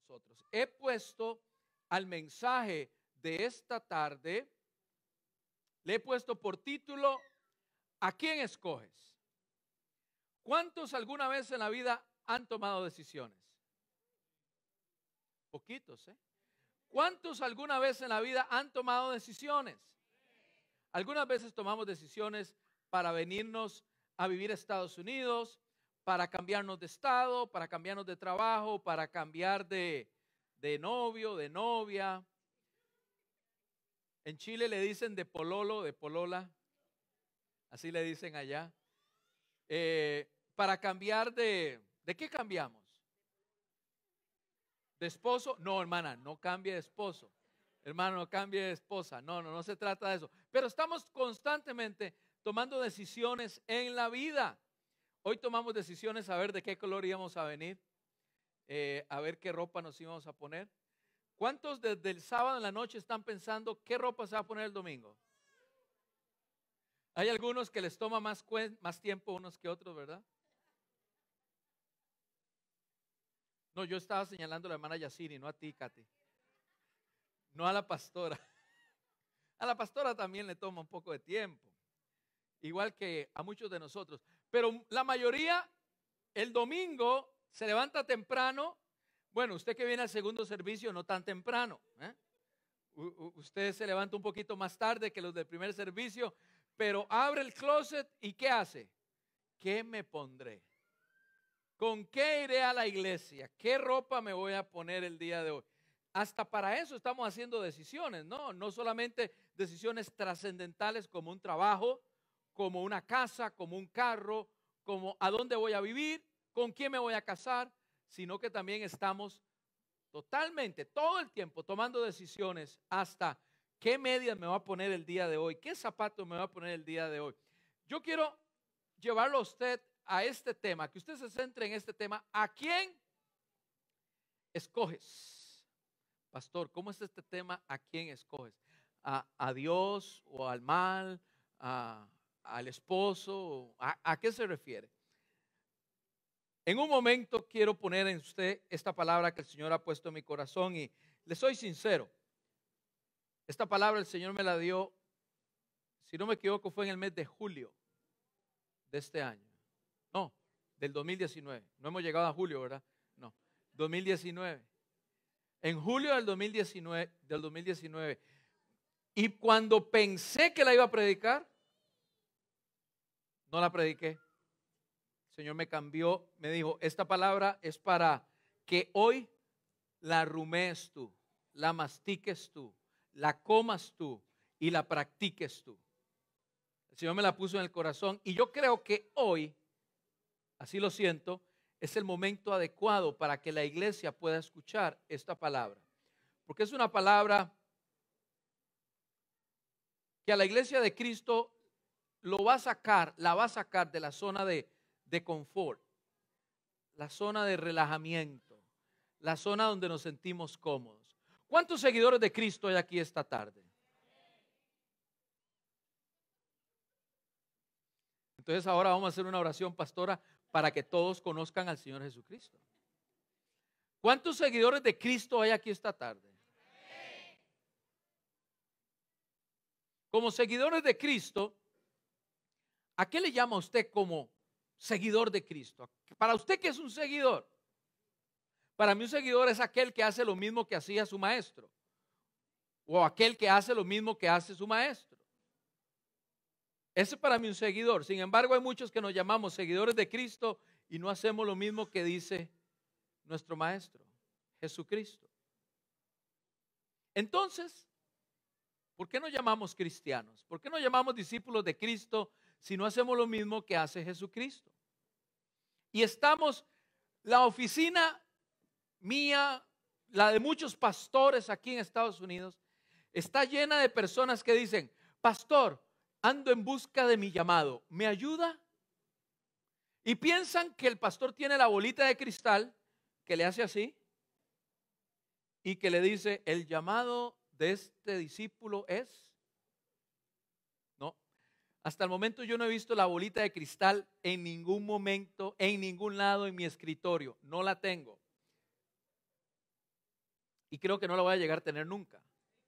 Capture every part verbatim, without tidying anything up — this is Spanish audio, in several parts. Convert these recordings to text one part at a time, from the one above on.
nosotros. He puesto al mensaje de esta tarde, le he puesto por título, ¿a quién escoges? ¿Cuántos alguna vez en la vida han tomado decisiones? Poquitos, ¿eh? ¿Cuántos alguna vez en la vida han tomado decisiones? Algunas veces tomamos decisiones para venirnos a vivir a Estados Unidos, para cambiarnos de estado, para cambiarnos de trabajo, para cambiar de, de novio, de novia. En Chile le dicen de pololo, de polola, así le dicen allá. Eh, para cambiar de, ¿de qué cambiamos? ¿De esposo? No, hermana, no cambie de esposo. Hermano, no cambie de esposa. No, no, no se trata de eso. Pero estamos constantemente tomando decisiones en la vida. Hoy tomamos decisiones a ver de qué color íbamos a venir, eh, a ver qué ropa nos íbamos a poner. ¿Cuántos desde el sábado en la noche están pensando qué ropa se va a poner el domingo? Hay algunos que les toma más, más tiempo unos que otros, ¿verdad? No, yo estaba señalando a la hermana Yaciri, no a ti, Katy. No a la pastora. A la pastora también le toma un poco de tiempo, igual que a muchos de nosotros. Pero la mayoría, el domingo, se levanta temprano. Bueno, usted que viene al segundo servicio, no tan temprano, ¿eh? Usted se levanta un poquito más tarde que los del primer servicio, pero abre el closet y ¿qué hace? ¿Qué me pondré? ¿Con qué iré a la iglesia? ¿Qué ropa me voy a poner el día de hoy? Hasta para eso estamos haciendo decisiones, ¿no? No solamente decisiones trascendentales como un trabajo, como una casa, como un carro, como a dónde voy a vivir, con quién me voy a casar, sino que también estamos totalmente, todo el tiempo tomando decisiones hasta qué medias me voy a poner el día de hoy, qué zapatos me voy a poner el día de hoy. Yo quiero llevarlo a usted a este tema, que usted se centre en este tema. ¿A quién escoges? Pastor, ¿cómo es este tema? ¿A quién escoges? ¿A, a Dios o al mal? ¿A, al esposo? ¿A, ¿A qué se refiere? En un momento quiero poner en usted esta palabra que el Señor ha puesto en mi corazón y le soy sincero. Esta palabra el Señor me la dio, si no me equivoco, fue en el mes de julio de este año. No, del dos mil diecinueve. No hemos llegado a julio, ¿verdad? No, dos mil diecinueve. En julio del dos mil diecinueve, del dos mil diecinueve. Y cuando pensé que la iba a predicar, no la prediqué. El Señor me cambió, me dijo, esta palabra es para que hoy la rumees tú, la mastiques tú, la comas tú y la practiques tú. El Señor me la puso en el corazón y yo creo que hoy, así lo siento, es el momento adecuado para que la iglesia pueda escuchar esta palabra. Porque es una palabra que a la iglesia de Cristo lo va a sacar, la va a sacar de la zona de, de confort, la zona de relajamiento, la zona donde nos sentimos cómodos. ¿Cuántos seguidores de Cristo hay aquí esta tarde? Entonces ahora vamos a hacer una oración, pastora, para que todos conozcan al Señor Jesucristo. ¿Cuántos seguidores de Cristo hay aquí esta tarde? Como seguidores de Cristo, ¿a qué le llama usted como seguidor de Cristo? Para usted, ¿qué es un seguidor? Para mí un seguidor es aquel que hace lo mismo que hacía su maestro, o aquel que hace lo mismo que hace su maestro. Ese es para mí un seguidor. Sin embargo, hay muchos que nos llamamos seguidores de Cristo y no hacemos lo mismo que dice nuestro maestro, Jesucristo. Entonces, ¿por qué nos llamamos cristianos? ¿Por qué nos llamamos discípulos de Cristo si no hacemos lo mismo que hace Jesucristo? Y estamos, la oficina mía, la de muchos pastores aquí en Estados Unidos, está llena de personas que dicen, pastor, ando en busca de mi llamado, ¿me ayuda? Y piensan que el pastor tiene la bolita de cristal que le hace así y que le dice, el llamado de este discípulo es. No, hasta el momento yo no he visto la bolita de cristal en ningún momento, en ningún lado en mi escritorio, no la tengo. Y creo que no la voy a llegar a tener nunca.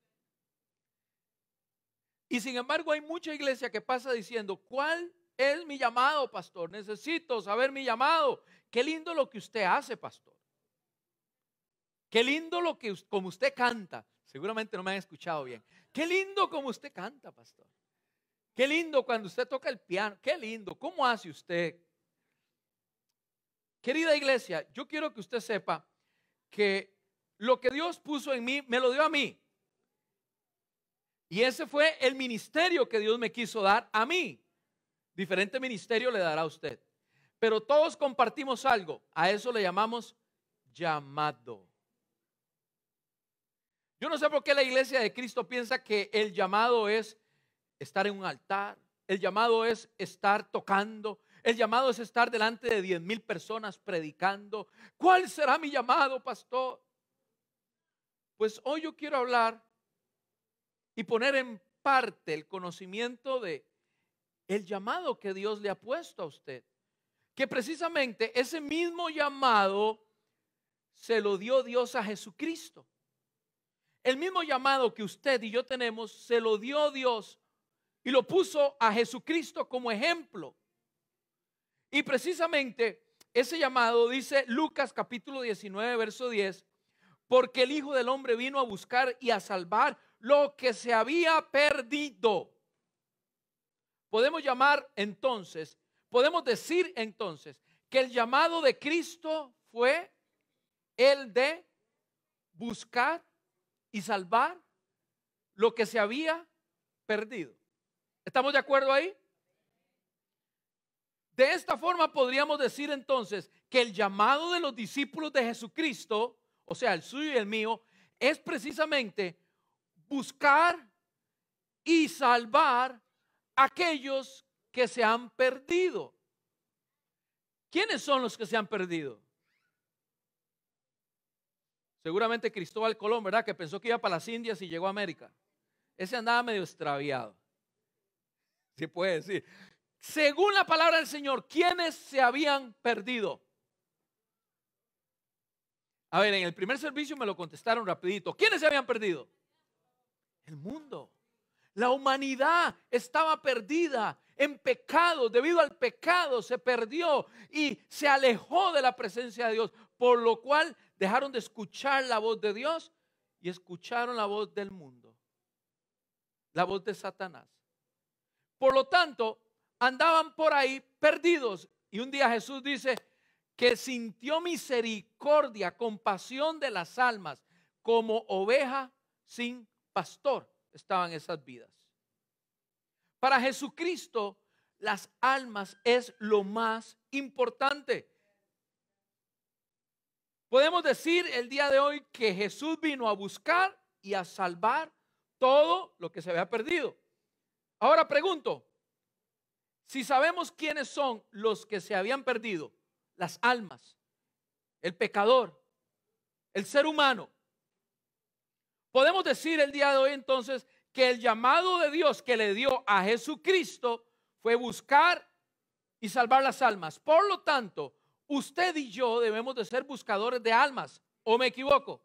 Y sin embargo hay mucha iglesia que pasa diciendo, ¿cuál es mi llamado, pastor? Necesito saber mi llamado. Qué lindo lo que usted hace, pastor. Qué lindo lo que como usted canta. Seguramente no me han escuchado bien. Qué lindo como usted canta, pastor. Qué lindo cuando usted toca el piano. Qué lindo. ¿Cómo hace usted? Querida iglesia, yo quiero que usted sepa que lo que Dios puso en mí, me lo dio a mí. Y ese fue el ministerio que Dios me quiso dar a mí. Diferente ministerio le dará a usted. Pero todos compartimos algo. A eso le llamamos llamado. Yo no sé por qué la iglesia de Cristo piensa que el llamado es estar en un altar. El llamado es estar tocando. El llamado es estar delante de diez mil personas predicando. ¿Cuál será mi llamado, pastor? Pues hoy yo quiero hablar y poner en parte el conocimiento de el llamado que Dios le ha puesto a usted. Que precisamente ese mismo llamado se lo dio Dios a Jesucristo. El mismo llamado que usted y yo tenemos se lo dio Dios y lo puso a Jesucristo como ejemplo. Y precisamente ese llamado dice Lucas capítulo diecinueve verso diez, porque el Hijo del Hombre vino a buscar y a salvar lo que se había perdido. Podemos llamar entonces, podemos decir entonces que el llamado de Cristo fue el de buscar y salvar lo que se había perdido. ¿Estamos de acuerdo ahí? De esta forma podríamos decir entonces que el llamado de los discípulos de Jesucristo, o sea, el suyo y el mío, es precisamente buscar y salvar a aquellos que se han perdido. ¿Quiénes son los que se han perdido? Seguramente Cristóbal Colón, ¿verdad? Que pensó que iba para las Indias y llegó a América. Ese andaba medio extraviado. Se puede decir. Según la palabra del Señor, ¿quiénes se habían perdido? A ver, en el primer servicio me lo contestaron rapidito. ¿Quiénes se habían perdido? El mundo. La humanidad estaba perdida en pecado. Debido al pecado se perdió y se alejó de la presencia de Dios. Por lo cual dejaron de escuchar la voz de Dios y escucharon la voz del mundo. La voz de Satanás. Por lo tanto, andaban por ahí perdidos. Y un día Jesús dice que sintió misericordia, compasión de las almas, como oveja sin pastor estaban esas vidas. Para Jesucristo, las almas es lo más importante. Podemos decir el día de hoy que Jesús vino a buscar y a salvar todo lo que se había perdido. Ahora pregunto, si sabemos quiénes son los que se habían perdido, las almas, el pecador, el ser humano, podemos decir el día de hoy entonces que el llamado de Dios que le dio a Jesucristo fue buscar y salvar las almas. Por lo tanto, usted y yo debemos de ser buscadores de almas, ¿o me equivoco?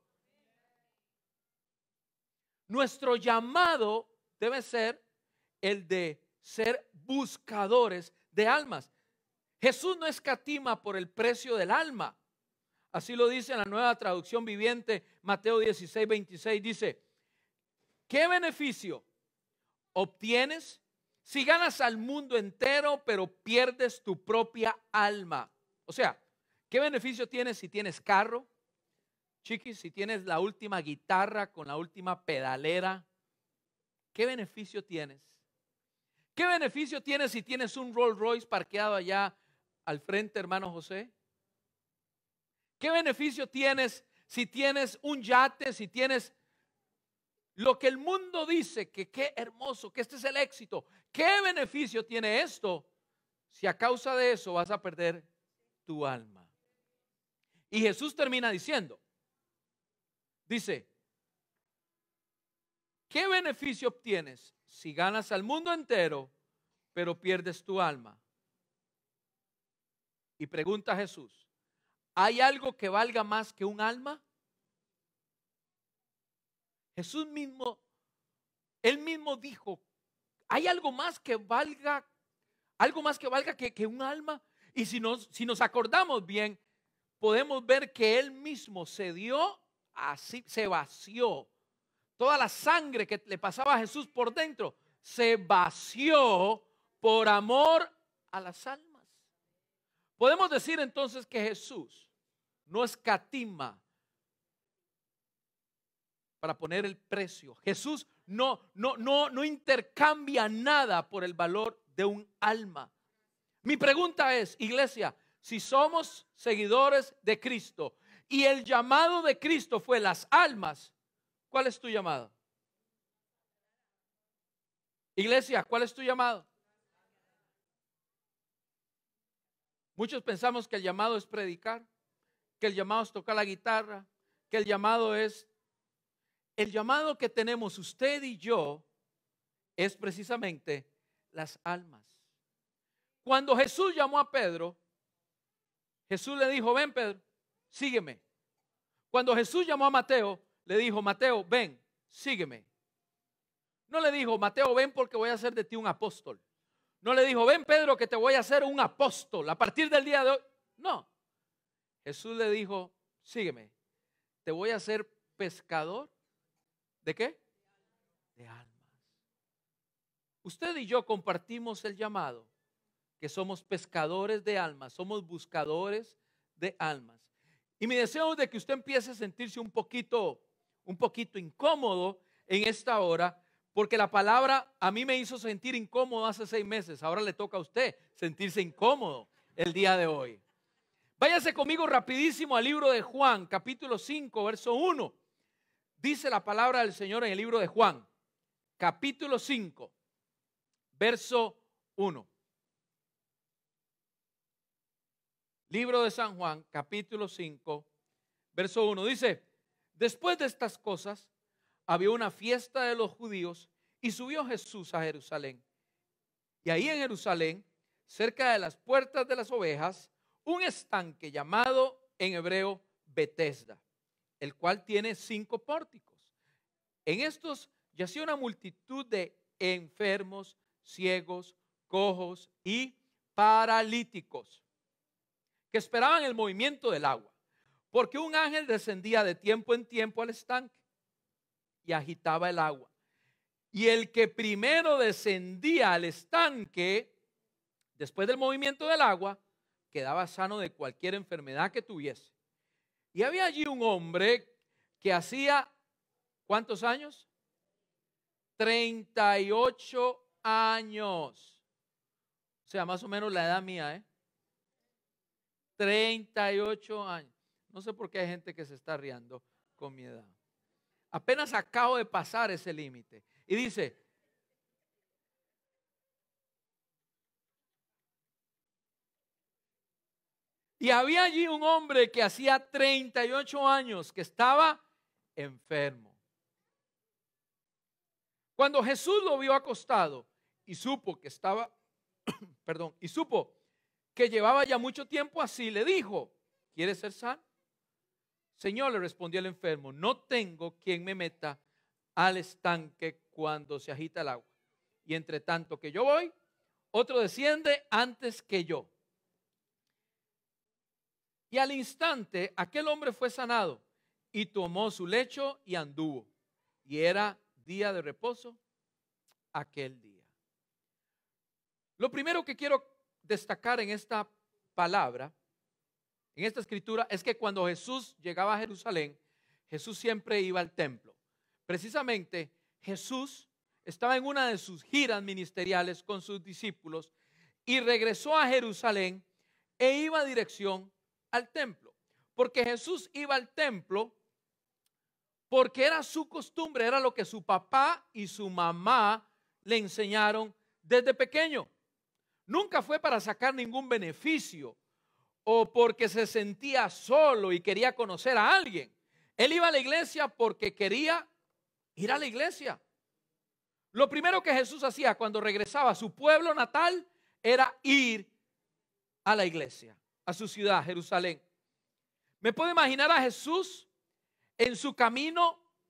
Nuestro llamado debe ser el de ser buscadores de almas. Jesús no escatima por el precio del alma. Así lo dice en la Nueva Traducción Viviente, Mateo dieciséis, veintiséis, dice: ¿qué beneficio obtienes si ganas al mundo entero pero pierdes tu propia alma? O sea, ¿qué beneficio tienes si tienes carro, chiquis, si tienes la última guitarra con la última pedalera? ¿Qué beneficio tienes? ¿Qué beneficio tienes si tienes un Rolls Royce parqueado allá al frente, hermano José? ¿Qué beneficio tienes si tienes un yate, si tienes lo que el mundo dice que qué hermoso, que este es el éxito? ¿Qué beneficio tiene esto si a causa de eso vas a perder tu alma? Y Jesús termina diciendo, dice, ¿qué beneficio obtienes si ganas al mundo entero pero pierdes tu alma? Y pregunta Jesús, ¿hay algo que valga más que un alma? Jesús mismo, Él mismo dijo, ¿hay algo más que valga, algo más que valga que, que un alma? Y si nos, si nos acordamos bien, podemos ver que Él mismo se dio así, se vació. Toda la sangre que le pasaba a Jesús por dentro se vació por amor a las almas. Podemos decir entonces que Jesús no escatima para poner el precio. Jesús no, no, no, no intercambia nada por el valor de un alma. Mi pregunta es, iglesia, si somos seguidores de Cristo y el llamado de Cristo fue las almas, ¿cuál es tu llamado? Iglesia, ¿cuál es tu llamado? Muchos pensamos que el llamado es predicar, que el llamado es tocar la guitarra, que el llamado es... El llamado que tenemos usted y yo es precisamente las almas. Cuando Jesús llamó a Pedro, Jesús le dijo, ven Pedro, sígueme. Cuando Jesús llamó a Mateo, le dijo, Mateo, ven, sígueme. No le dijo, Mateo, ven porque voy a hacer de ti un apóstol. No le dijo, ven Pedro que te voy a hacer un apóstol a partir del día de hoy. No. Jesús le dijo, sígueme, te voy a hacer pescador. ¿De qué? De almas. Usted y yo compartimos el llamado, que somos pescadores de almas, somos buscadores de almas. Y mi deseo es de que usted empiece a sentirse un poquito, un poquito incómodo en esta hora, porque la palabra a mí me hizo sentir incómodo hace seis meses. Ahora le toca a usted sentirse incómodo el día de hoy. Váyase conmigo rapidísimo al libro de Juan, capítulo cinco, verso uno. Dice la palabra del Señor en el libro de Juan, capítulo cinco, verso uno. Libro de San Juan, capítulo cinco, verso uno. Dice, después de estas cosas, había una fiesta de los judíos y subió Jesús a Jerusalén. Y ahí en Jerusalén, cerca de las puertas de las ovejas, un estanque llamado en hebreo Betesda, el cual tiene cinco pórticos. En estos yacía una multitud de enfermos, ciegos, cojos y paralíticos, que esperaban el movimiento del agua, porque un ángel descendía de tiempo en tiempo al estanque y agitaba el agua. Y el que primero descendía al estanque, después del movimiento del agua, quedaba sano de cualquier enfermedad que tuviese. Y había allí un hombre que hacía, ¿cuántos años? treinta y ocho años. O sea, más o menos la edad mía, ¿eh? treinta y ocho años. No sé por qué hay gente que se está riendo con mi edad. Apenas acabo de pasar ese límite. Y dice, y había allí un hombre que hacía treinta y ocho años que estaba enfermo. Cuando Jesús lo vio acostado y supo que estaba, perdón, y supo que llevaba ya mucho tiempo así, le dijo, ¿quieres ser sano? Señor, le respondió el enfermo, no tengo quien me meta al estanque cuando se agita el agua. Y entre tanto que yo voy, otro desciende antes que yo. Y al instante aquel hombre fue sanado y tomó su lecho y anduvo. Y era día de reposo aquel día. Lo primero que quiero destacar en esta palabra, en esta escritura, es que cuando Jesús llegaba a Jerusalén, Jesús siempre iba al templo. Precisamente Jesús estaba en una de sus giras ministeriales con sus discípulos y regresó a Jerusalén e iba a dirección al templo, porque Jesús iba al templo porque era su costumbre, era lo que su papá y su mamá le enseñaron desde pequeño. Nunca fue para sacar ningún beneficio o porque se sentía solo y quería conocer a alguien. Él iba a la iglesia porque quería ir a la iglesia. Lo primero que Jesús hacía cuando regresaba a su pueblo natal era ir a la iglesia, a su ciudad, Jerusalén. Me puedo imaginar a Jesús en su camino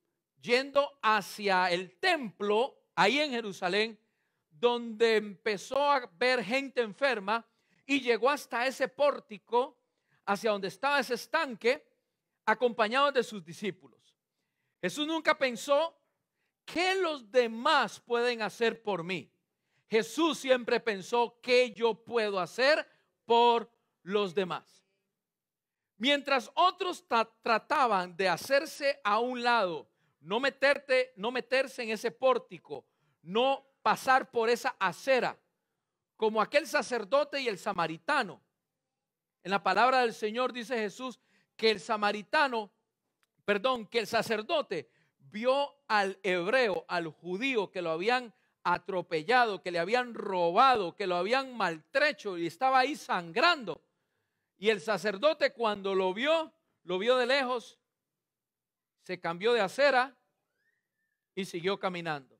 yendo hacia el templo, ahí en Jerusalén, donde empezó a ver gente enferma y llegó hasta ese pórtico, hacia donde estaba ese estanque, acompañado de sus discípulos. Jesús nunca pensó, ¿qué los demás pueden hacer por mí? Jesús siempre pensó, ¿qué yo puedo hacer por los demás? Mientras otros tra- trataban de hacerse a un lado, no meterte, no meterse en ese pórtico, no pasar por esa acera, como aquel sacerdote y el samaritano. En la palabra del Señor dice Jesús que el samaritano, perdón, que el sacerdote vio al hebreo, al judío que lo habían atropellado, que le habían robado, que lo habían maltrecho y estaba ahí sangrando. Y el sacerdote cuando lo vio, lo vio de lejos, se cambió de acera y siguió caminando.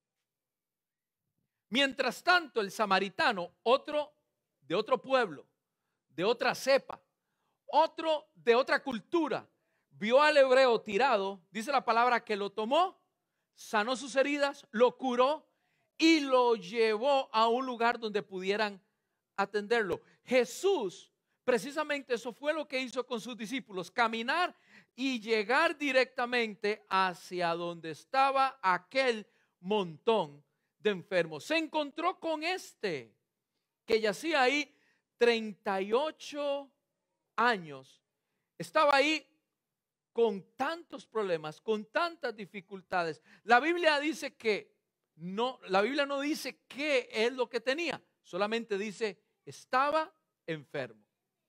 Mientras tanto, el samaritano, otro de otro pueblo, de otra cepa, otro de otra cultura, vio al hebreo tirado, dice la palabra que lo tomó, sanó sus heridas, lo curó y lo llevó a un lugar donde pudieran atenderlo. Jesús, precisamente eso fue lo que hizo con sus discípulos, caminar y llegar directamente hacia donde estaba aquel montón de enfermos. Se encontró con este que yacía ahí treinta y ocho años. Estaba ahí con tantos problemas, con tantas dificultades. La Biblia dice que no, la Biblia no dice qué es lo que tenía, solamente dice estaba enfermo.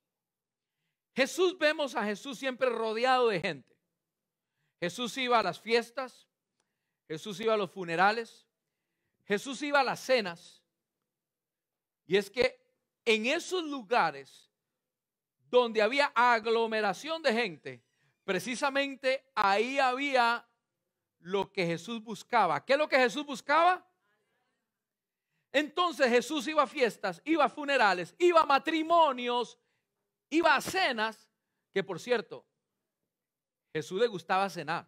Jesús, vemos a Jesús siempre rodeado de gente. Jesús iba a las fiestas, Jesús iba a los funerales, Jesús iba a las cenas. Y es que en esos lugares donde había aglomeración de gente, precisamente ahí había lo que Jesús buscaba. ¿Qué es lo que Jesús buscaba? Entonces Jesús iba a fiestas, iba a funerales, iba a matrimonios, iba a cenas, que por cierto, Jesús le gustaba cenar.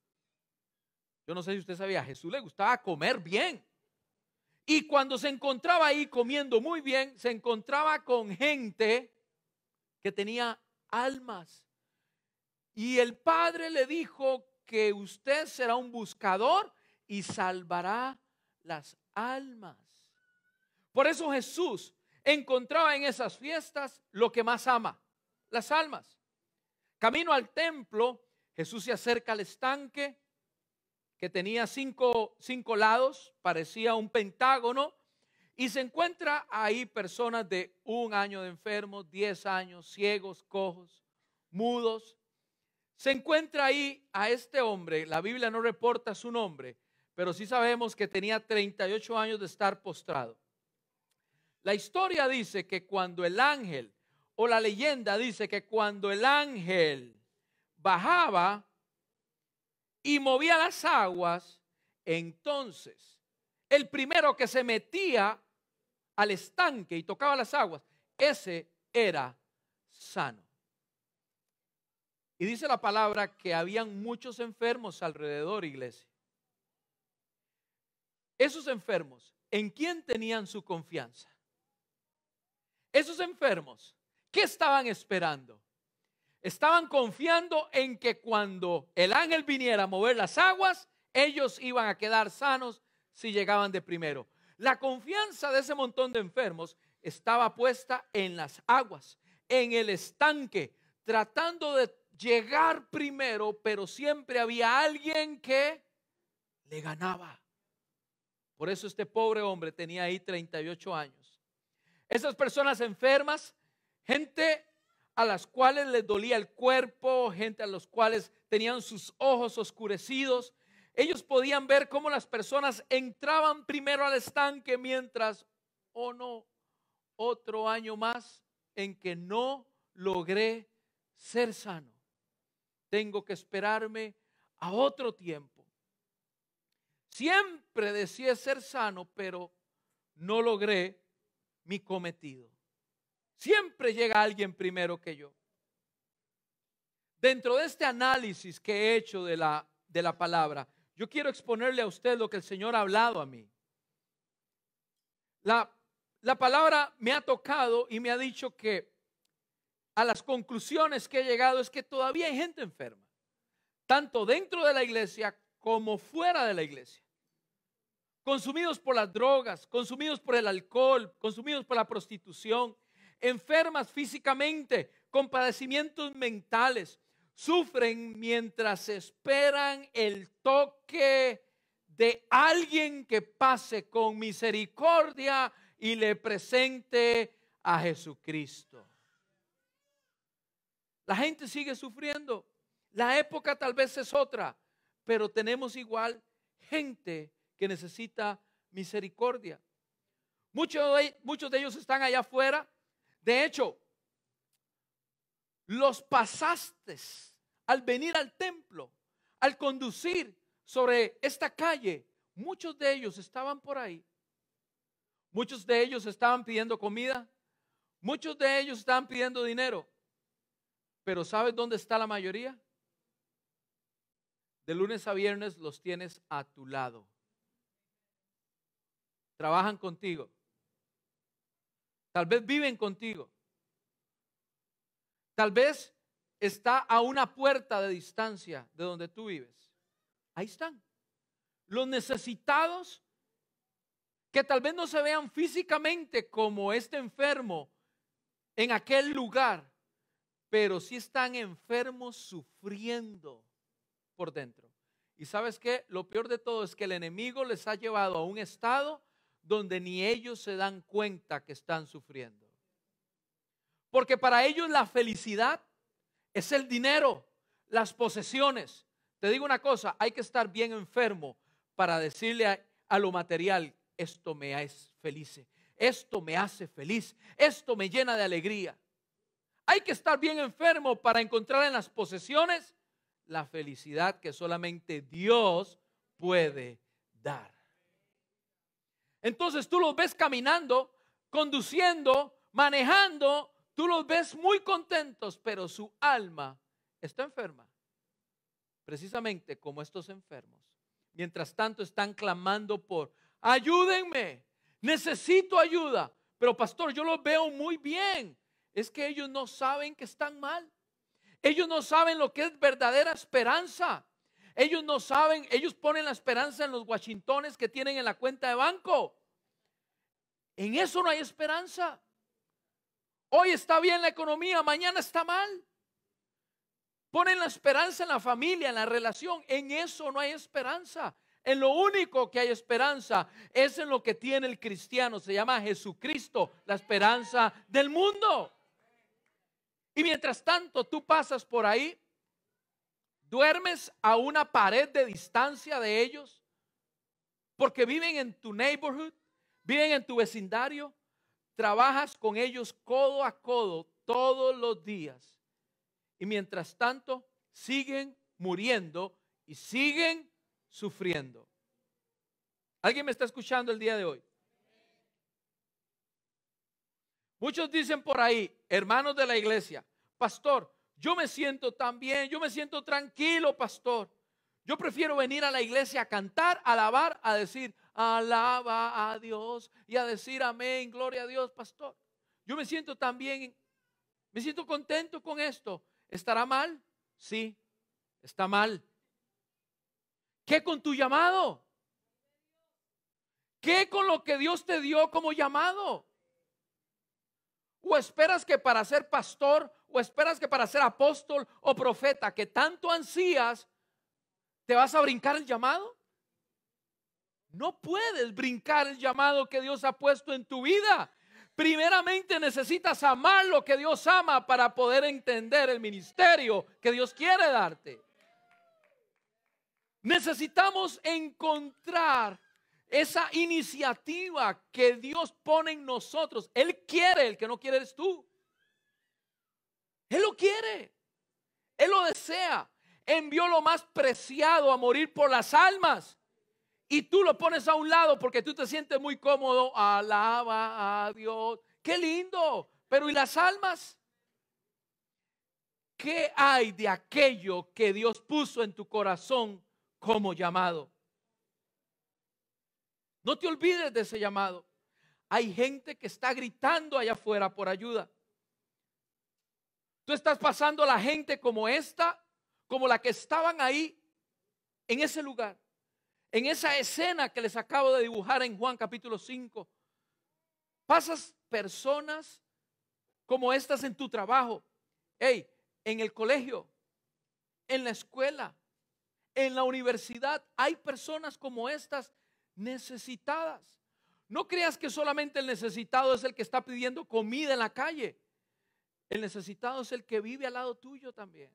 Yo no sé si usted sabía, a Jesús le gustaba comer bien. Y cuando se encontraba ahí comiendo muy bien, se encontraba con gente que tenía almas. Y el Padre le dijo que usted será un buscador y salvará las almas. Por eso Jesús encontraba en esas fiestas lo que más ama, las almas. Camino al templo, Jesús se acerca al estanque que tenía cinco, cinco lados, parecía un pentágono, y se encuentra ahí personas de un año de enfermos, diez años, ciegos, cojos, mudos. Se encuentra ahí a este hombre, la Biblia no reporta su nombre, pero sí sabemos que tenía treinta y ocho años de estar postrado. La historia dice que cuando el ángel, o la leyenda dice que cuando el ángel bajaba y movía las aguas, entonces el primero que se metía al estanque y tocaba las aguas, ese era sano. Y dice la palabra que habían muchos enfermos alrededor, iglesia. Esos enfermos, ¿en quién tenían su confianza? Esos enfermos, ¿qué estaban esperando? Estaban confiando en que cuando el ángel viniera a mover las aguas, ellos iban a quedar sanos si llegaban de primero. La confianza de ese montón de enfermos estaba puesta en las aguas, en el estanque, tratando de llegar primero, pero siempre había alguien que le ganaba. Por eso este pobre hombre tenía ahí treinta y ocho años. Esas personas enfermas, gente a las cuales les dolía el cuerpo, gente a los cuales tenían sus ojos oscurecidos, ellos podían ver cómo las personas entraban primero al estanque mientras, oh no, otro año más en que no logré ser sano. Tengo que esperarme a otro tiempo. Siempre deseé ser sano, pero no logré mi cometido. Siempre llega alguien primero que yo. Dentro de este análisis que he hecho de la de la palabra, yo quiero exponerle a usted lo que el Señor ha hablado a mí. La, la palabra me ha tocado y me ha dicho que a las conclusiones que he llegado es que todavía hay gente enferma, tanto dentro de la iglesia como fuera de la iglesia, consumidos por las drogas, consumidos por el alcohol, consumidos por la prostitución, enfermas físicamente, con padecimientos mentales, sufren mientras esperan el toque de alguien que pase con misericordia y le presente a Jesucristo. La gente sigue sufriendo. La época tal vez es otra, pero tenemos igual gente que necesita misericordia. Muchos de, muchos de ellos están allá afuera. De hecho, los pasaste al venir al templo, al conducir sobre esta calle. Muchos de ellos estaban por ahí. Muchos de ellos estaban pidiendo comida. Muchos de ellos estaban pidiendo dinero. Pero ¿sabes dónde está la mayoría? De lunes a viernes los tienes a tu lado. Trabajan contigo. Tal vez viven contigo. Tal vez está a una puerta de distancia de donde tú vives. Ahí están. Los necesitados que tal vez no se vean físicamente como este enfermo en aquel lugar, pero sí están enfermos sufriendo por dentro. Y ¿sabes qué? Lo peor de todo es que el enemigo les ha llevado a un estado donde ni ellos se dan cuenta que están sufriendo. Porque para ellos la felicidad es el dinero, las posesiones. Te digo una cosa, hay que estar bien enfermo para decirle a, a lo material, esto me hace feliz, esto me hace feliz, esto me llena de alegría. Hay que estar bien enfermo para encontrar en las posesiones la felicidad que solamente Dios puede dar. Entonces tú los ves caminando, conduciendo, manejando, tú los ves muy contentos, pero su alma está enferma. Precisamente como estos enfermos. Mientras tanto están clamando por, ayúdenme, necesito ayuda. Pero pastor, yo los veo muy bien. Es que ellos no saben que están mal. Ellos no saben lo que es verdadera esperanza. Ellos no saben, ellos ponen la esperanza en los washingtones que tienen en la cuenta de banco. En eso no hay esperanza. Hoy está bien la economía, mañana está mal. Ponen la esperanza en la familia, en la relación. En eso no hay esperanza. En lo único que hay esperanza es en lo que tiene el cristiano. Se llama Jesucristo, la esperanza del mundo. Y mientras tanto tú pasas por ahí, duermes a una pared de distancia de ellos, porque viven en tu neighborhood, viven en tu vecindario, trabajas con ellos codo a codo todos los días. Y mientras tanto siguen muriendo y siguen sufriendo. ¿Alguien me está escuchando el día de hoy? Muchos dicen por ahí, hermanos de la iglesia, pastor, yo me siento tan bien, yo me siento tranquilo, pastor. Yo prefiero venir a la iglesia a cantar, a alabar, a decir, alaba a Dios y a decir amén, gloria a Dios, pastor. Yo me siento tan bien, me siento contento con esto. ¿Estará mal? Sí, está mal. ¿Qué con tu llamado? ¿Qué con lo que Dios te dio como llamado? ¿O esperas que para ser pastor, o esperas que para ser apóstol o profeta, que tanto ansías, te vas a brincar el llamado? No puedes brincar el llamado que Dios ha puesto en tu vida. Primeramente necesitas amar lo que Dios ama para poder entender el ministerio que Dios quiere darte. Necesitamos encontrar esa iniciativa que Dios pone en nosotros. Él quiere, el que no quiere eres tú. Él lo quiere, Él lo desea. Envió lo más preciado a morir por las almas. Y tú lo pones a un lado porque tú te sientes muy cómodo. Alaba a Dios. Qué lindo. Pero ¿y las almas? ¿Qué hay de aquello que Dios puso en tu corazón como llamado. No te olvides de ese llamado. Hay gente que está gritando allá afuera por ayuda. Tú estás pasando a la gente como esta, como la que estaban ahí en ese lugar, en esa escena que les acabo de dibujar en Juan capítulo cinco. Pasas personas como estas en tu trabajo, hey, en el colegio, en la escuela, en la universidad. Hay personas como estas necesitadas. No creas que solamente el necesitado es el que está pidiendo comida en la calle. El necesitado es el que vive al lado tuyo también.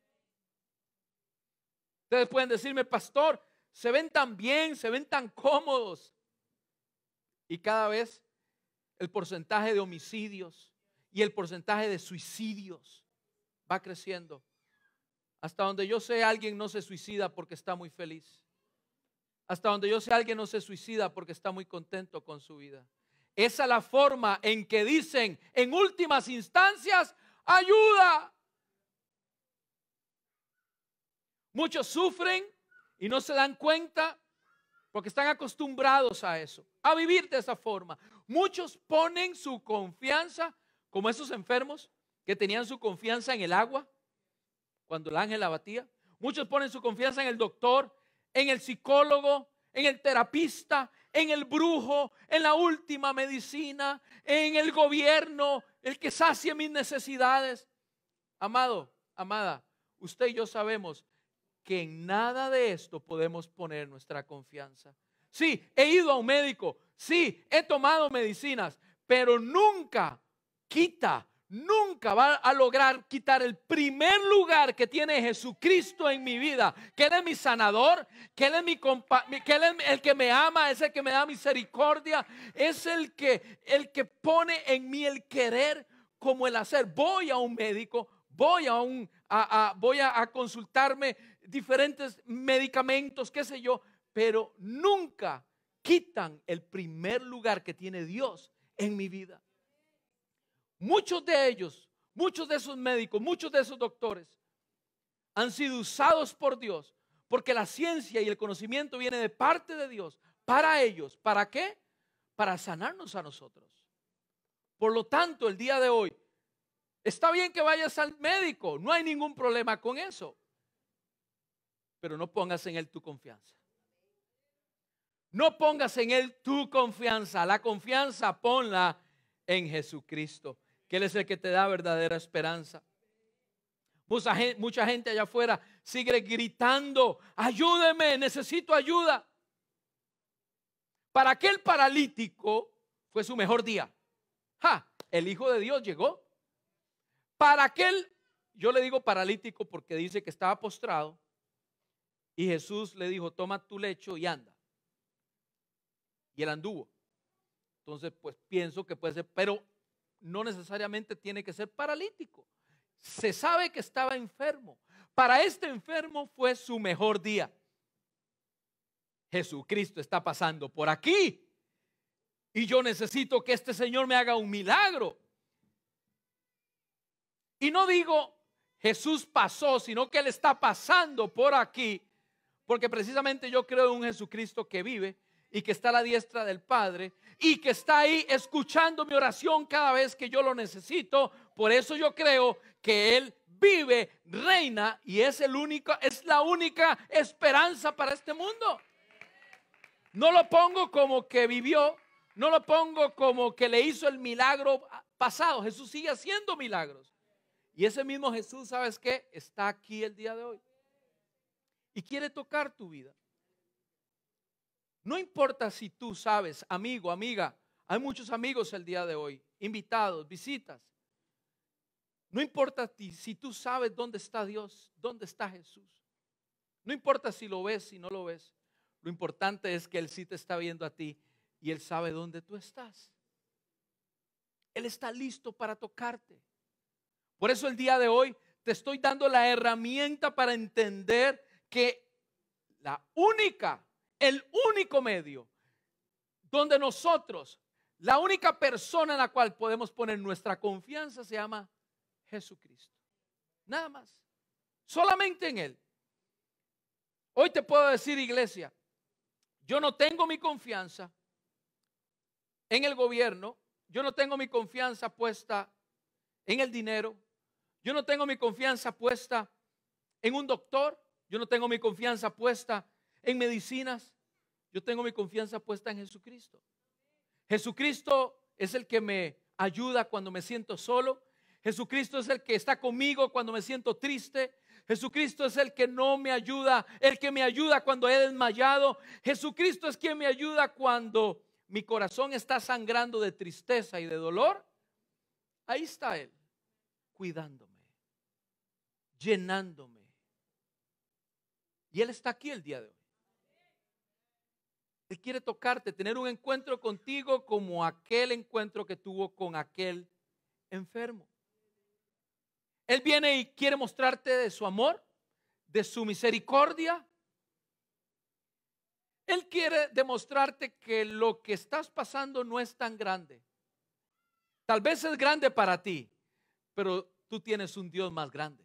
Ustedes pueden decirme, pastor, se ven tan bien, se ven tan cómodos. Y cada vez el porcentaje de homicidios y el porcentaje de suicidios va creciendo. Hasta donde yo sé, alguien no se suicida porque está muy feliz. Hasta donde yo sé, alguien no se suicida porque está muy contento con su vida. Esa es la forma en que dicen, en últimas instancias, ayuda. Muchos sufren y no se dan cuenta porque están acostumbrados a eso, a vivir de esa forma. Muchos ponen su confianza, como esos enfermos que tenían su confianza en el agua cuando el ángel la batía. Muchos ponen su confianza en el doctor, en el psicólogo, en el terapista, en el brujo, en la última medicina, en el gobierno, el que sacie mis necesidades. Amado, amada, usted y yo sabemos que en nada de esto podemos poner nuestra confianza. Sí, he ido a un médico, sí, he tomado medicinas, pero nunca quita, nunca va a lograr quitar el primer lugar que tiene Jesucristo en mi vida, que Él es mi sanador, que Él es mi compa, que Él es el que me ama, es el que me da misericordia, es el que, el que pone en mí el querer como el hacer. Voy a un médico, voy a un, a, a, voy a, a consultarme diferentes medicamentos, qué sé yo, pero nunca quitan el primer lugar que tiene Dios en mi vida. Muchos de ellos, muchos de esos médicos, muchos de esos doctores han sido usados por Dios, porque la ciencia y el conocimiento viene de parte de Dios para ellos. ¿Para qué? Para sanarnos a nosotros. Por lo tanto, el día de hoy, está bien que vayas al médico, no hay ningún problema con eso, pero no pongas en él tu confianza. No pongas en él tu confianza. La confianza ponla en Jesucristo, que Él es el que te da verdadera esperanza. Mucha gente, mucha gente allá afuera sigue gritando, ayúdeme, necesito ayuda. Para aquel paralítico fue su mejor día. ¡Ja! El Hijo de Dios llegó. Para aquel, yo le digo paralítico porque dice que estaba postrado, y Jesús le dijo, toma tu lecho y anda. Y él anduvo. Entonces, pues pienso que puede ser, pero no necesariamente tiene que ser paralítico. Se sabe que estaba enfermo. Para este enfermo fue su mejor día. Jesucristo está pasando por aquí y yo necesito que este Señor me haga un milagro. Y no digo Jesús pasó, sino que Él está pasando por aquí, porque precisamente yo creo en un Jesucristo que vive y que está a la diestra del Padre y que está ahí escuchando mi oración cada vez que yo lo necesito. Por eso yo creo que Él vive, reina y es el único, es la única esperanza para este mundo. No lo pongo como que vivió, no lo pongo como que le hizo el milagro pasado. Jesús sigue haciendo milagros. Y ese mismo Jesús, ¿sabes qué? Está aquí el día de hoy y quiere tocar tu vida. No importa si tú sabes, amigo, amiga, hay muchos amigos el día de hoy, invitados, visitas. No importa si tú sabes dónde está Dios, dónde está Jesús. No importa si lo ves, si no lo ves. Lo importante es que Él sí te está viendo a ti y Él sabe dónde tú estás. Él está listo para tocarte. Por eso el día de hoy te estoy dando la herramienta para entender que la única, el único medio donde nosotros, la única persona en la cual podemos poner nuestra confianza se llama Jesucristo. Nada más. Solamente en Él. Hoy te puedo decir, iglesia, yo no tengo mi confianza en el gobierno, yo no tengo mi confianza puesta en el dinero, yo no tengo mi confianza puesta en un doctor, yo no tengo mi confianza puesta en medicinas, yo tengo mi confianza puesta en Jesucristo. Jesucristo es el que me ayuda cuando me siento solo. Jesucristo es el que está conmigo cuando me siento triste. Jesucristo es el que no me ayuda, el que me ayuda cuando he desmayado. Jesucristo es quien me ayuda cuando mi corazón está sangrando de tristeza y de dolor. Ahí está Él, cuidándome, llenándome. Y Él está aquí el día de hoy. Él quiere tocarte, tener un encuentro contigo como aquel encuentro que tuvo con aquel enfermo. Él viene y quiere mostrarte de su amor, de su misericordia. Él quiere demostrarte que lo que estás pasando no es tan grande. Tal vez es grande para ti, pero tú tienes un Dios más grande.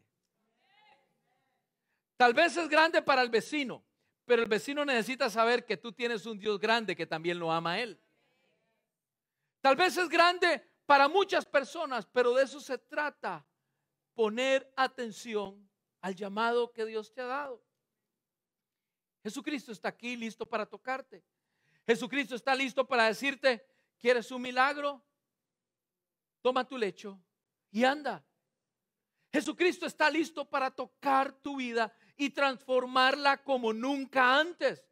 Tal vez es grande para el vecino, pero el vecino necesita saber que tú tienes un Dios grande que también lo ama a él. Tal vez es grande para muchas personas, pero de eso se trata. Poner atención al llamado que Dios te ha dado. Jesucristo está aquí listo para tocarte. Jesucristo está listo para decirte, ¿quieres un milagro? Toma tu lecho y anda. Jesucristo está listo para tocar tu vida y transformarla como nunca antes.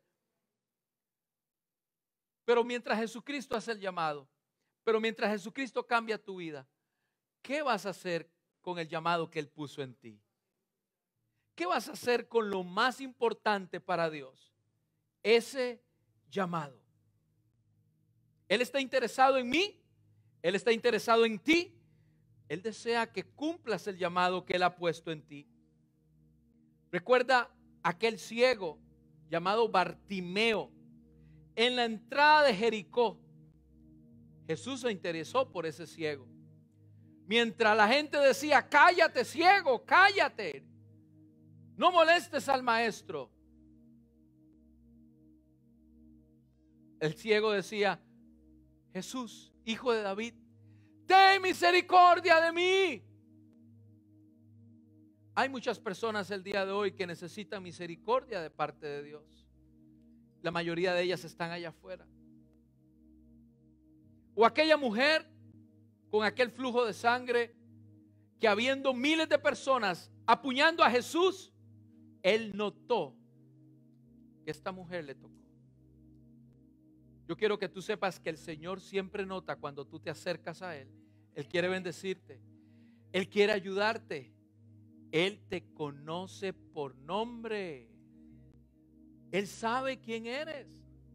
Pero mientras Jesucristo hace el llamado, pero mientras Jesucristo cambia tu vida, ¿qué vas a hacer con el llamado que Él puso en ti? ¿Qué vas a hacer con lo más importante para Dios? Ese llamado. Él está interesado en mí, Él está interesado en ti. Él desea que cumplas el llamado que Él ha puesto en ti. Recuerda aquel ciego llamado Bartimeo en la entrada de Jericó. Jesús se interesó por ese ciego. Mientras la gente decía, cállate ciego, cállate, no molestes al maestro. El ciego decía, Jesús, hijo de David, ten misericordia de mí. Hay muchas personas el día de hoy que necesitan misericordia de parte de Dios. La mayoría de ellas están allá afuera. O aquella mujer con aquel flujo de sangre que, habiendo miles de personas apuñando a Jesús, Él notó que esta mujer le tocó. Yo quiero que tú sepas que el Señor siempre nota cuando tú te acercas a Él. Él quiere bendecirte. Él quiere ayudarte. Él te conoce por nombre. Él sabe quién eres.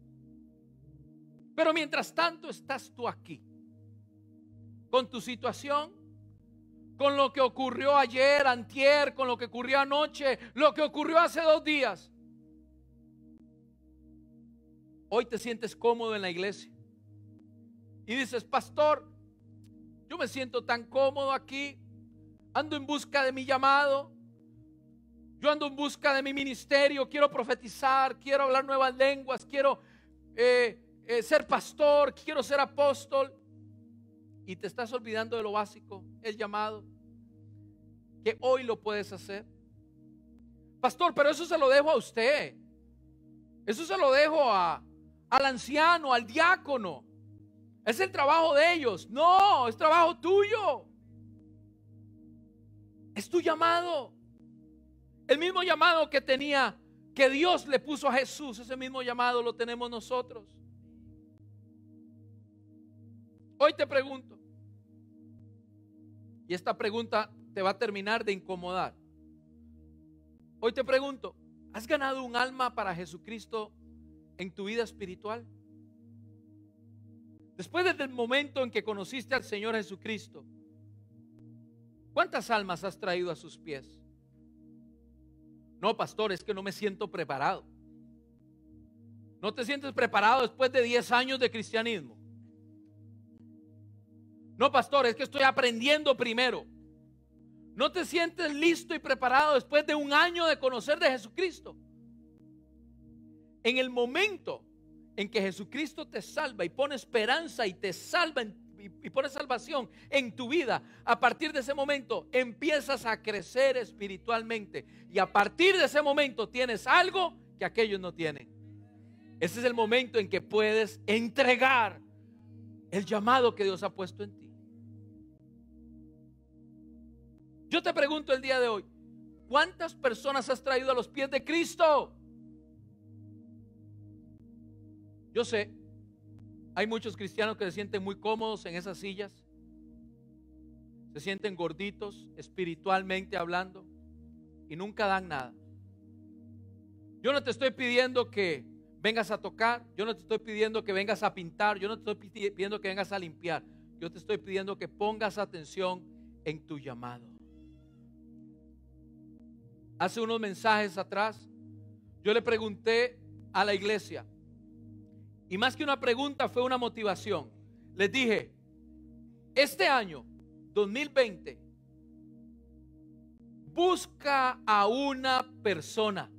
Pero mientras tanto estás tú aquí, con tu situación, con lo que ocurrió ayer, antier, con lo que ocurrió anoche, lo que ocurrió hace dos días. Hoy te sientes cómodo en la iglesia y dices, pastor, yo me siento tan cómodo aquí, ando en busca de mi llamado, yo ando en busca de mi ministerio, quiero profetizar, quiero hablar nuevas lenguas, quiero eh, eh, ser pastor, quiero ser apóstol. Y te estás olvidando de lo básico, el llamado, que hoy lo puedes hacer. Pastor, pero eso se lo dejo a usted, eso se lo dejo a, al anciano, al diácono, es el trabajo de ellos. No, es trabajo tuyo, es tu llamado. El mismo llamado que tenía, que Dios le puso a Jesús, ese mismo llamado lo tenemos nosotros. Hoy te pregunto, y esta pregunta te va a terminar de incomodar. Hoy te pregunto, ¿has ganado un alma para Jesucristo en tu vida espiritual? Después del momento en que conociste al Señor Jesucristo, ¿cuántas almas has traído a sus pies? No, pastor, es que no me siento preparado. ¿No te sientes preparado después de diez años de cristianismo? No, pastor, es que estoy aprendiendo primero. ¿No te sientes listo y preparado después de un año de conocer de Jesucristo? En el momento en que Jesucristo te salva y pone esperanza y te salva en, y, y pone salvación en tu vida, a partir de ese momento empiezas a crecer espiritualmente. Y a partir de ese momento tienes algo que aquellos no tienen. Ese es el momento en que puedes entregar el llamado que Dios ha puesto en ti. Yo te pregunto el día de hoy, ¿cuántas personas has traído a los pies de Cristo? Yo sé, hay muchos cristianos que se sienten muy cómodos en esas sillas, se sienten gorditos espiritualmente hablando y nunca dan nada. Yo no te estoy pidiendo que vengas a tocar, yo no te estoy pidiendo que vengas a pintar, yo no te estoy pidiendo que vengas a limpiar, yo te estoy pidiendo que pongas atención en tu llamado. Hace unos mensajes atrás, yo le pregunté a la iglesia, y más que una pregunta fue una motivación. Les dije, este año dos mil veinte, busca a una persona,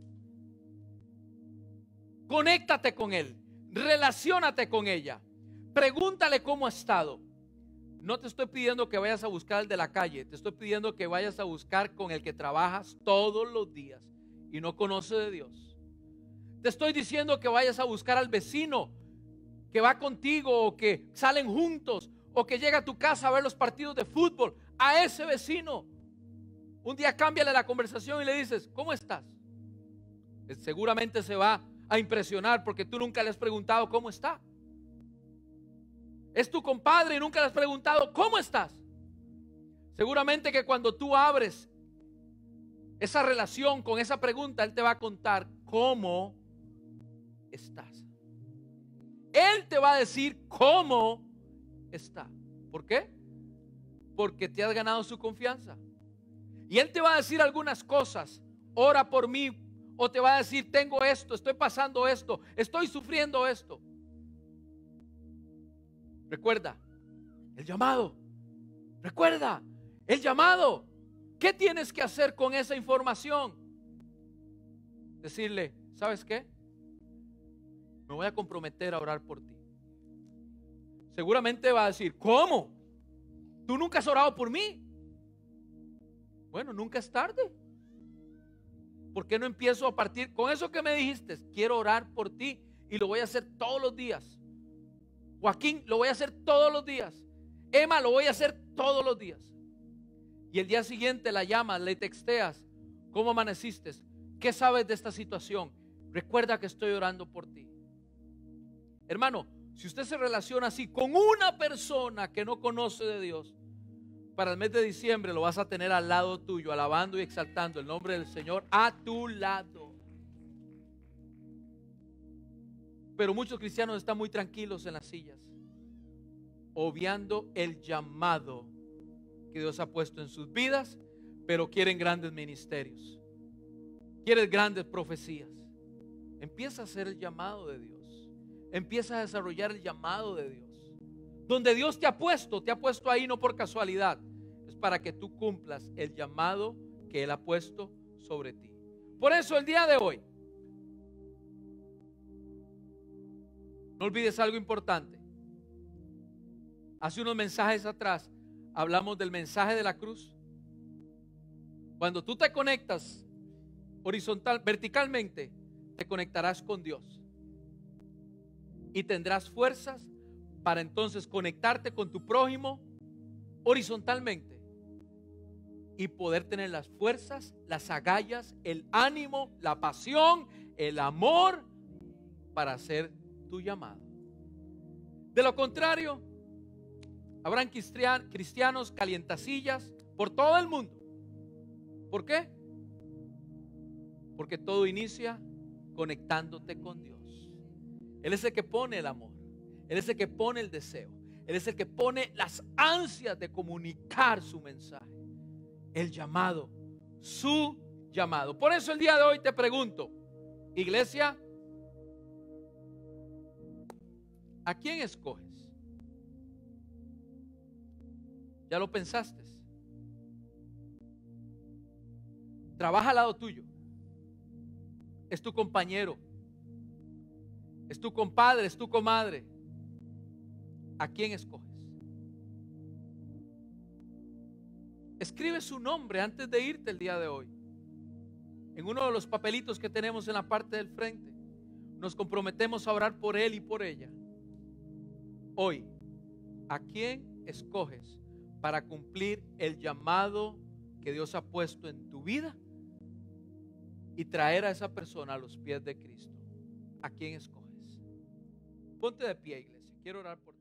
conéctate con él, relaciónate con ella, pregúntale cómo ha estado. No te estoy pidiendo que vayas a buscar al de la calle, te estoy pidiendo que vayas a buscar con el que trabajas todos los días y no conoce de Dios. Te estoy diciendo que vayas a buscar al vecino que va contigo, o que salen juntos, o que llega a tu casa a ver los partidos de fútbol. A ese vecino un día cámbiale la conversación y le dices, ¿cómo estás? Seguramente se va a impresionar porque tú nunca le has preguntado cómo está. Es tu compadre y nunca le has preguntado cómo estás. Seguramente que cuando tú abres esa relación con esa pregunta, él te va a contar cómo estás. Él te va a decir cómo está. ¿Por qué? Porque te has ganado su confianza. Y él te va a decir algunas cosas. Ora por mí. O te va a decir, tengo esto, estoy pasando esto, estoy sufriendo esto. Recuerda el llamado. Recuerda el llamado. ¿Qué tienes que hacer con esa información? Decirle, ¿sabes qué? Me voy a comprometer a orar por ti. Seguramente va a decir, ¿cómo? ¿Tú nunca has orado por mí? Bueno, nunca es tarde. ¿Por qué no empiezo a partir con eso que me dijiste? Quiero orar por ti y lo voy a hacer todos los días. Joaquín, lo voy a hacer todos los días. Emma, lo voy a hacer todos los días. Y el día siguiente la llamas, le texteas, ¿cómo amaneciste? ¿Qué sabes de esta situación? Recuerda que estoy orando por ti. Hermano, si usted se relaciona así con una persona que no conoce de Dios, para el mes de diciembre lo vas a tener al lado tuyo, alabando y exaltando el nombre del Señor a tu lado. Pero muchos cristianos están muy tranquilos en las sillas, obviando el llamado que Dios ha puesto en sus vidas, pero quieren grandes ministerios, quieren grandes profecías. Empieza a hacer el llamado de Dios. Empieza a desarrollar el llamado de Dios. Donde Dios te ha puesto, te ha puesto ahí no por casualidad. Es para que tú cumplas el llamado que Él ha puesto sobre ti. Por eso el día de hoy, no olvides algo importante. Hace unos mensajes atrás hablamos del mensaje de la cruz. Cuando tú te conectas horizontal, verticalmente, te conectarás con Dios. Y tendrás fuerzas para entonces conectarte con tu prójimo horizontalmente y poder tener las fuerzas, las agallas, el ánimo, la pasión, el amor para hacer tu llamado. De lo contrario, habrán cristianos calientasillas por todo el mundo. ¿Por qué? Porque todo inicia conectándote con Dios. Él es el que pone el amor. Él es el que pone el deseo. Él es el que pone las ansias de comunicar su mensaje. El llamado, su llamado. Por eso el día de hoy te pregunto, iglesia, ¿a quién escoges? ¿Ya lo pensaste? Trabaja al lado tuyo. Es tu compañero. es tu compadre, es tu comadre. ¿A quién escoges? Escribe su nombre antes de irte el día de hoy. En uno de los papelitos que tenemos en la parte del frente, nos comprometemos a orar por él y por ella. Hoy, ¿a quién escoges para cumplir el llamado que Dios ha puesto en tu vida y traer a esa persona a los pies de Cristo? ¿A quién escoges? Ponte de pie, iglesia. Quiero orar por ti.